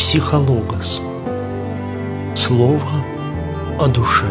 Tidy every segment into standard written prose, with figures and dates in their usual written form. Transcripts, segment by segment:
Психологос. Слово о душе.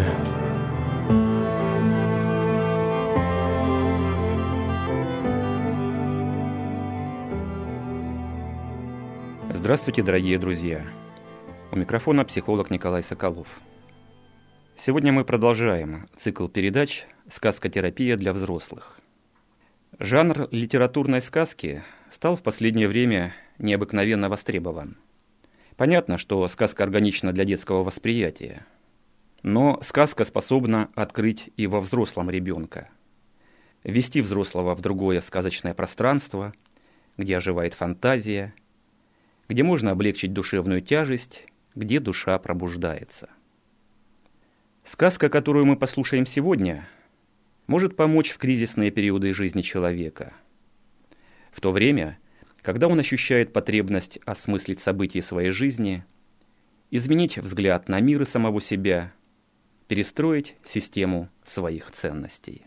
Здравствуйте, дорогие друзья! У микрофона психолог Николай Соколов. Сегодня мы продолжаем цикл передач «Сказкотерапия для взрослых». Жанр литературной сказки стал в последнее время необыкновенно востребован. Понятно, что сказка органична для детского восприятия, но сказка способна открыть и во взрослом ребенка, ввести взрослого в другое сказочное пространство, где оживает фантазия, где можно облегчить душевную тяжесть, где душа пробуждается. Сказка, которую мы послушаем сегодня, может помочь в кризисные периоды жизни человека. В то время, когда он ощущает потребность осмыслить события своей жизни, изменить взгляд на мир и самого себя, перестроить систему своих ценностей.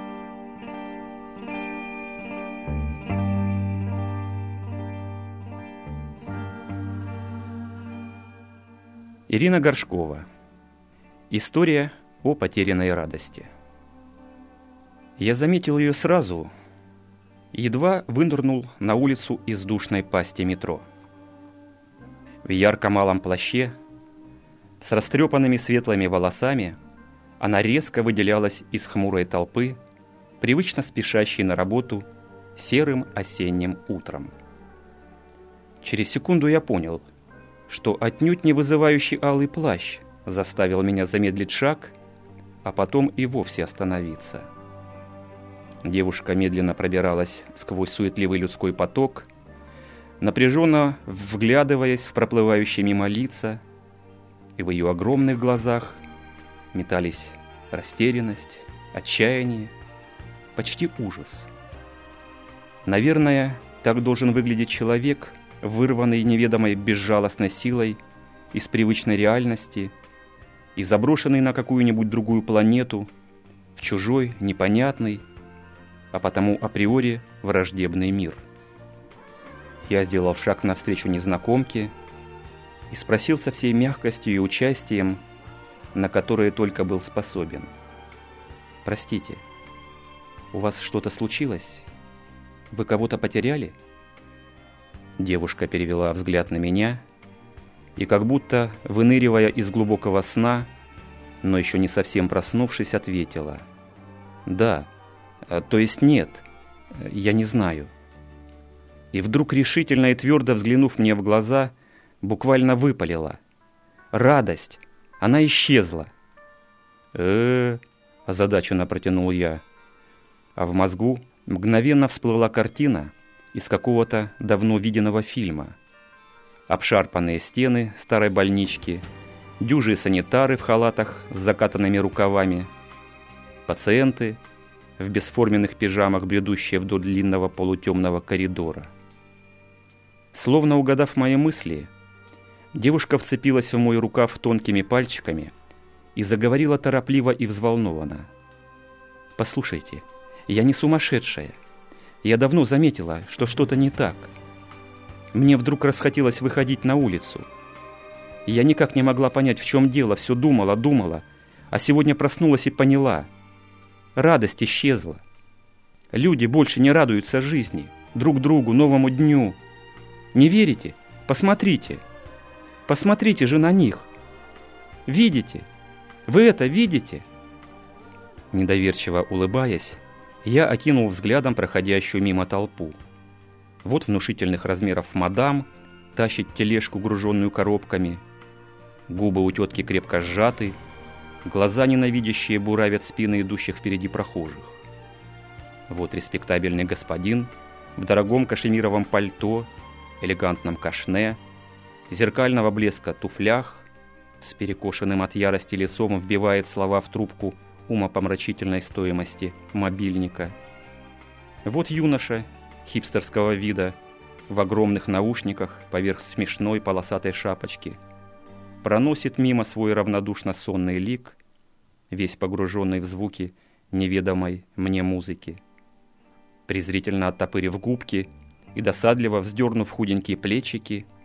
Ирина Горшкова. История о потерянной радости. Я заметил ее сразу, едва вынырнул на улицу из душной пасти метро. В ярко-малом плаще, с растрепанными светлыми волосами, она резко выделялась из хмурой толпы, привычно спешащей на работу серым осенним утром. Через секунду я понял, что отнюдь не вызывающий алый плащ заставил меня замедлить шаг, а потом и вовсе остановиться. Девушка медленно пробиралась сквозь суетливый людской поток, напряженно вглядываясь в проплывающие мимо лица, и в ее огромных глазах метались растерянность, отчаяние, почти ужас. Наверное, так должен выглядеть человек, вырванный неведомой безжалостной силой из привычной реальности и заброшенный на какую-нибудь другую планету, в чужой, непонятный, а потому априори враждебный мир. Я сделал шаг навстречу незнакомке и спросил со всей мягкостью и участием, на которое только был способен: «Простите, у вас что-то случилось? Вы кого-то потеряли?» Девушка перевела взгляд на меня и, как будто выныривая из глубокого сна, но еще не совсем проснувшись, ответила: «Да, то есть нет, я не знаю». И вдруг решительно и твердо взглянув мне в глаза, буквально выпалила: «Радость! Она исчезла!» Озадаченно протянул я, а в мозгу мгновенно всплыла картина из какого-то давно виденного фильма. Обшарпанные стены старой больнички, дюжие санитары в халатах с закатанными рукавами, пациенты в бесформенных пижамах, бредущие вдоль длинного полутемного коридора. Словно угадав мои мысли, девушка вцепилась в мой рукав тонкими пальчиками и заговорила торопливо и взволнованно: «Послушайте, я не сумасшедшая. Я давно заметила, что что-то не так. Мне вдруг расхотелось выходить на улицу. Я никак не могла понять, в чем дело, все думала, а сегодня проснулась и поняла. Радость исчезла. Люди больше не радуются жизни, друг другу, новому дню. Не верите? Посмотрите. Посмотрите же на них. Видите? Вы это видите?» Недоверчиво улыбаясь, я окинул взглядом проходящую мимо толпу. Вот внушительных размеров мадам тащит тележку, груженную коробками. Губы у тетки крепко сжаты, глаза ненавидящие буравят спины идущих впереди прохожих. Вот респектабельный господин в дорогом кашемировом пальто, элегантном кашне, зеркального блеска туфлях, с перекошенным от ярости лицом вбивает слова в трубку умопомрачительной стоимости мобильника. Вот юноша хипстерского вида в огромных наушниках поверх смешной полосатой шапочки проносит мимо свой равнодушно сонный лик, весь погруженный в звуки неведомой мне музыки. Презрительно оттопырив губки и досадливо вздернув худенькие плечики,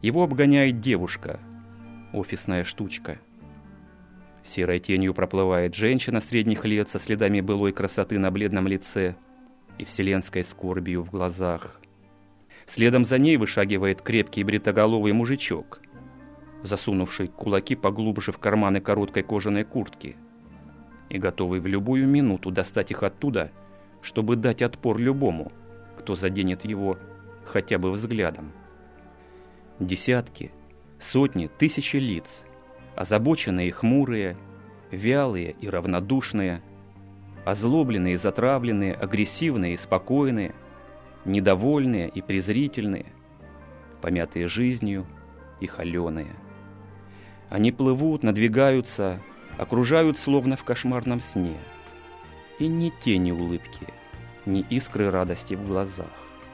Его обгоняет девушка, офисная штучка. Серой тенью проплывает женщина средних лет со следами былой красоты на бледном лице и вселенской скорбью в глазах. Следом за ней вышагивает крепкий бритоголовый мужичок, засунувший кулаки поглубже в карманы короткой кожаной куртки и готовый в любую минуту достать их оттуда, чтобы дать отпор любому, кто заденет его хотя бы взглядом. Десятки, сотни, тысячи лиц, озабоченные и хмурые, вялые и равнодушные, озлобленные и затравленные, агрессивные и спокойные, недовольные и презрительные, помятые жизнью и холеные. Они плывут, надвигаются, окружают словно в кошмарном сне. И ни тени улыбки, ни искры радости в глазах.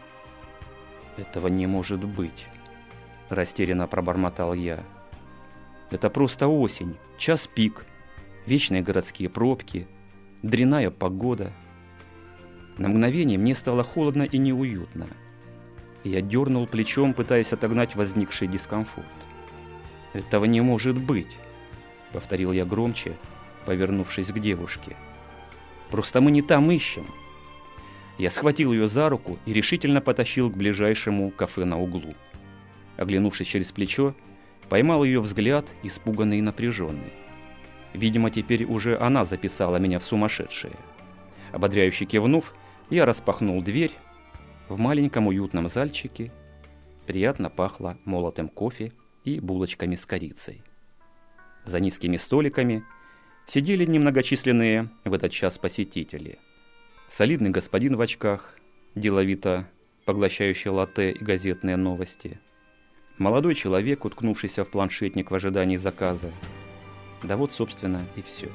«Этого не может быть», — растерянно пробормотал я. «Это просто осень, час пик, вечные городские пробки, дрянная погода». На мгновение мне стало холодно и неуютно. И я дернул плечом, пытаясь отогнать возникший дискомфорт. «Этого не может быть», — повторил я громче, повернувшись к девушке. «Просто мы не там ищем». Я схватил ее за руку и решительно потащил к ближайшему кафе на углу. Оглянувшись через плечо, поймал ее взгляд, испуганный и напряженный. Видимо, теперь уже она записала меня в сумасшедшие. Ободряюще кивнув, я распахнул дверь. В маленьком уютном зальчике приятно пахло молотым кофе и булочками с корицей. За низкими столиками сидели немногочисленные в этот час посетители. Солидный господин в очках, деловито поглощающий латте и газетные новости. Молодой человек, уткнувшийся в планшетник в ожидании заказа. Да вот, собственно, и все.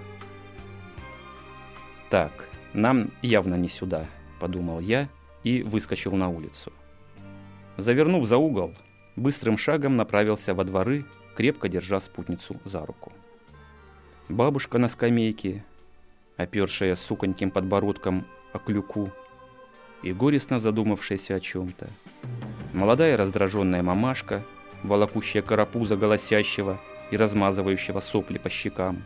«Так, нам явно не сюда», — подумал я и выскочил на улицу. Завернув за угол, быстрым шагом направился во дворы, крепко держа спутницу за руку. Бабушка на скамейке, опершая сухоньким подбородком о клюку и горестно задумавшаяся о чем-то. Молодая раздраженная мамашка, волокущая карапуза голосящего и размазывающего сопли по щекам.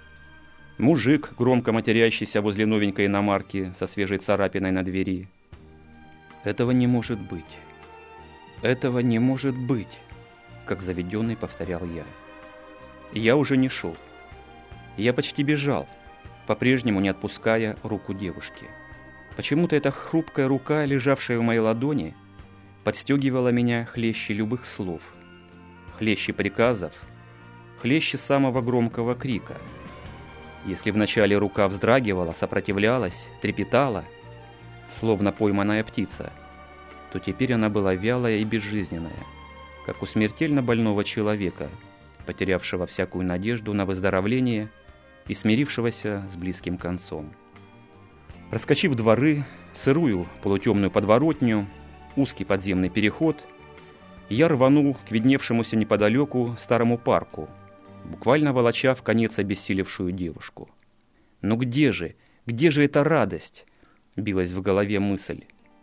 Мужик, громко матерящийся возле новенькой иномарки со свежей царапиной на двери. «Этого не может быть! Этого не может быть!» Как заведенный повторял я. Я уже не шел. Я почти бежал, по-прежнему не отпуская руку девушки. Почему-то эта хрупкая рука, лежавшая в моей ладони, подстегивала меня хлеще любых слов, хлеще приказов, хлеще самого громкого крика. Если вначале рука вздрагивала, сопротивлялась, трепетала, словно пойманная птица, то теперь она была вялая и безжизненная, как у смертельно больного человека, потерявшего всякую надежду на выздоровление и смирившегося с близким концом. Проскочив дворы, сырую полутемную подворотню, узкий подземный переход, я рванул к видневшемуся неподалеку старому парку, буквально волоча в конец обессилевшую девушку. «Но где же эта радость?» — билась в голове мысль.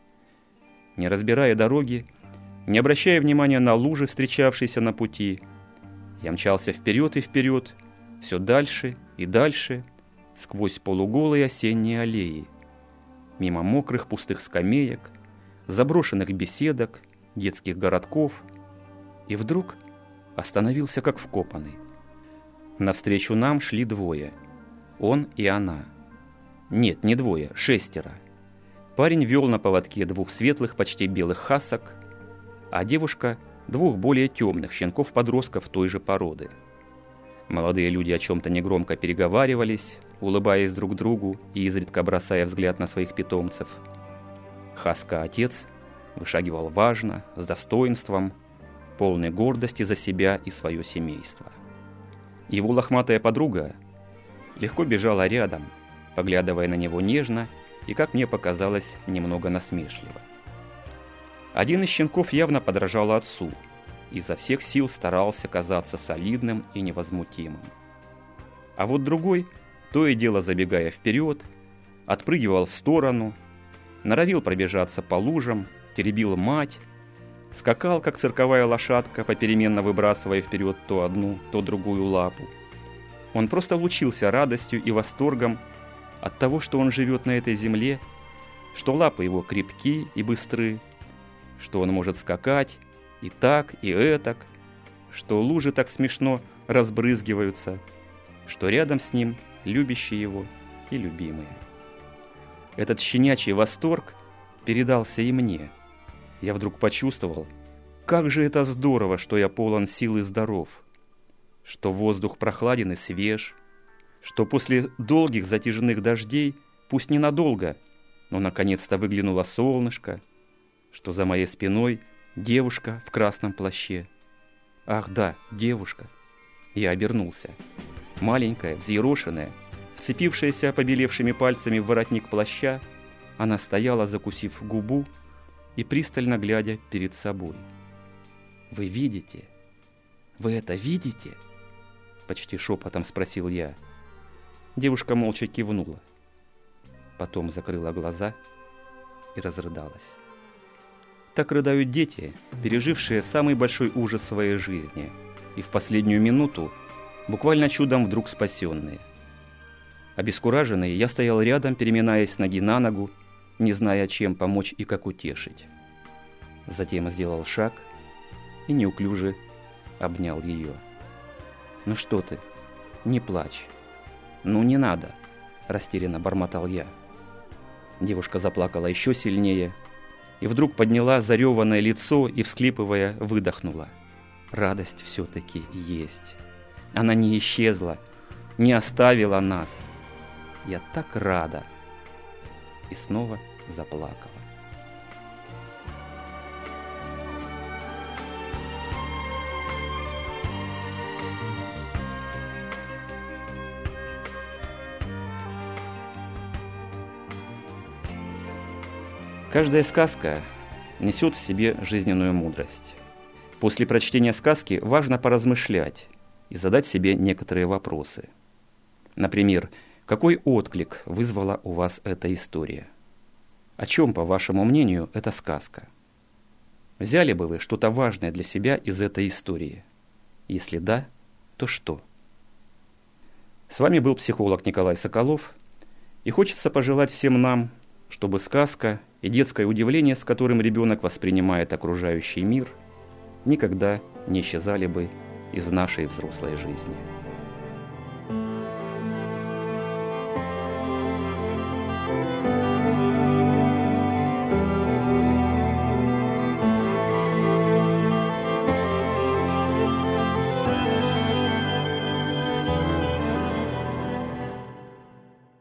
Не разбирая дороги, не обращая внимания на лужи, встречавшиеся на пути, я мчался вперед и вперед, все дальше и дальше, сквозь полуголые осенние аллеи, мимо мокрых пустых скамеек, заброшенных беседок, детских городков, и вдруг остановился как вкопанный. Навстречу нам шли двое, он и она. Нет, не двое, 6. Парень вел на поводке 2 светлых, почти белых хасок, а девушка 2 более темных щенков-подростков той же породы. Молодые люди о чем-то негромко переговаривались, улыбаясь друг другу и изредка бросая взгляд на своих питомцев. Хаска-отец вышагивал важно, с достоинством, полной гордости за себя и свое семейство. Его лохматая подруга легко бежала рядом, поглядывая на него нежно и, как мне показалось, немного насмешливо. Один из щенков явно подражал отцу, изо всех сил старался казаться солидным и невозмутимым. А вот другой, то и дело забегая вперед, отпрыгивал в сторону, норовил пробежаться по лужам, теребил мать, Скакал, как цирковая лошадка, попеременно выбрасывая вперед то одну, то другую лапу. Он просто лучился радостью и восторгом от того, что он живет на этой земле, что лапы его крепки и быстры, что он может скакать и так, и этак, что лужи так смешно разбрызгиваются, что рядом с ним любящие его и любимые. Этот щенячий восторг передался и мне. Я вдруг почувствовал, как же это здорово, что я полон сил и здоров, что воздух прохладен и свеж, что после долгих затяжных дождей, пусть ненадолго, но наконец-то выглянуло солнышко, что за моей спиной девушка в красном плаще. Ах да, девушка. Я обернулся. Маленькая, взъерошенная, вцепившаяся побелевшими пальцами в воротник плаща, она стояла, закусив губу и пристально глядя перед собой. «Вы видите? Вы это видите?» Почти шепотом спросил я. Девушка молча кивнула. Потом закрыла глаза и разрыдалась. Так рыдают дети, пережившие самый большой ужас своей жизни, и в последнюю минуту буквально чудом вдруг спасенные. Обескураженный, я стоял рядом, переминаясь с ноги на ногу, не зная, чем помочь и как утешить. Затем сделал шаг и неуклюже обнял ее. «Ну что ты? Не плачь. Ну не надо!» – растерянно бормотал я. Девушка заплакала еще сильнее и вдруг подняла зареванное лицо и, всхлипывая, выдохнула. Радость все-таки есть. Она не исчезла, не оставила нас. Я так рада. И снова заплакала. Каждая сказка несет в себе жизненную мудрость. После прочтения сказки важно поразмышлять и задать себе некоторые вопросы. Например, какой отклик вызвала у вас эта история? О чем, по вашему мнению, эта сказка? Взяли бы вы что-то важное для себя из этой истории? Если да, то что? С вами был психолог Николай Соколов, и хочется пожелать всем нам, чтобы сказка и детское удивление, с которым ребенок воспринимает окружающий мир, никогда не исчезали бы из нашей взрослой жизни.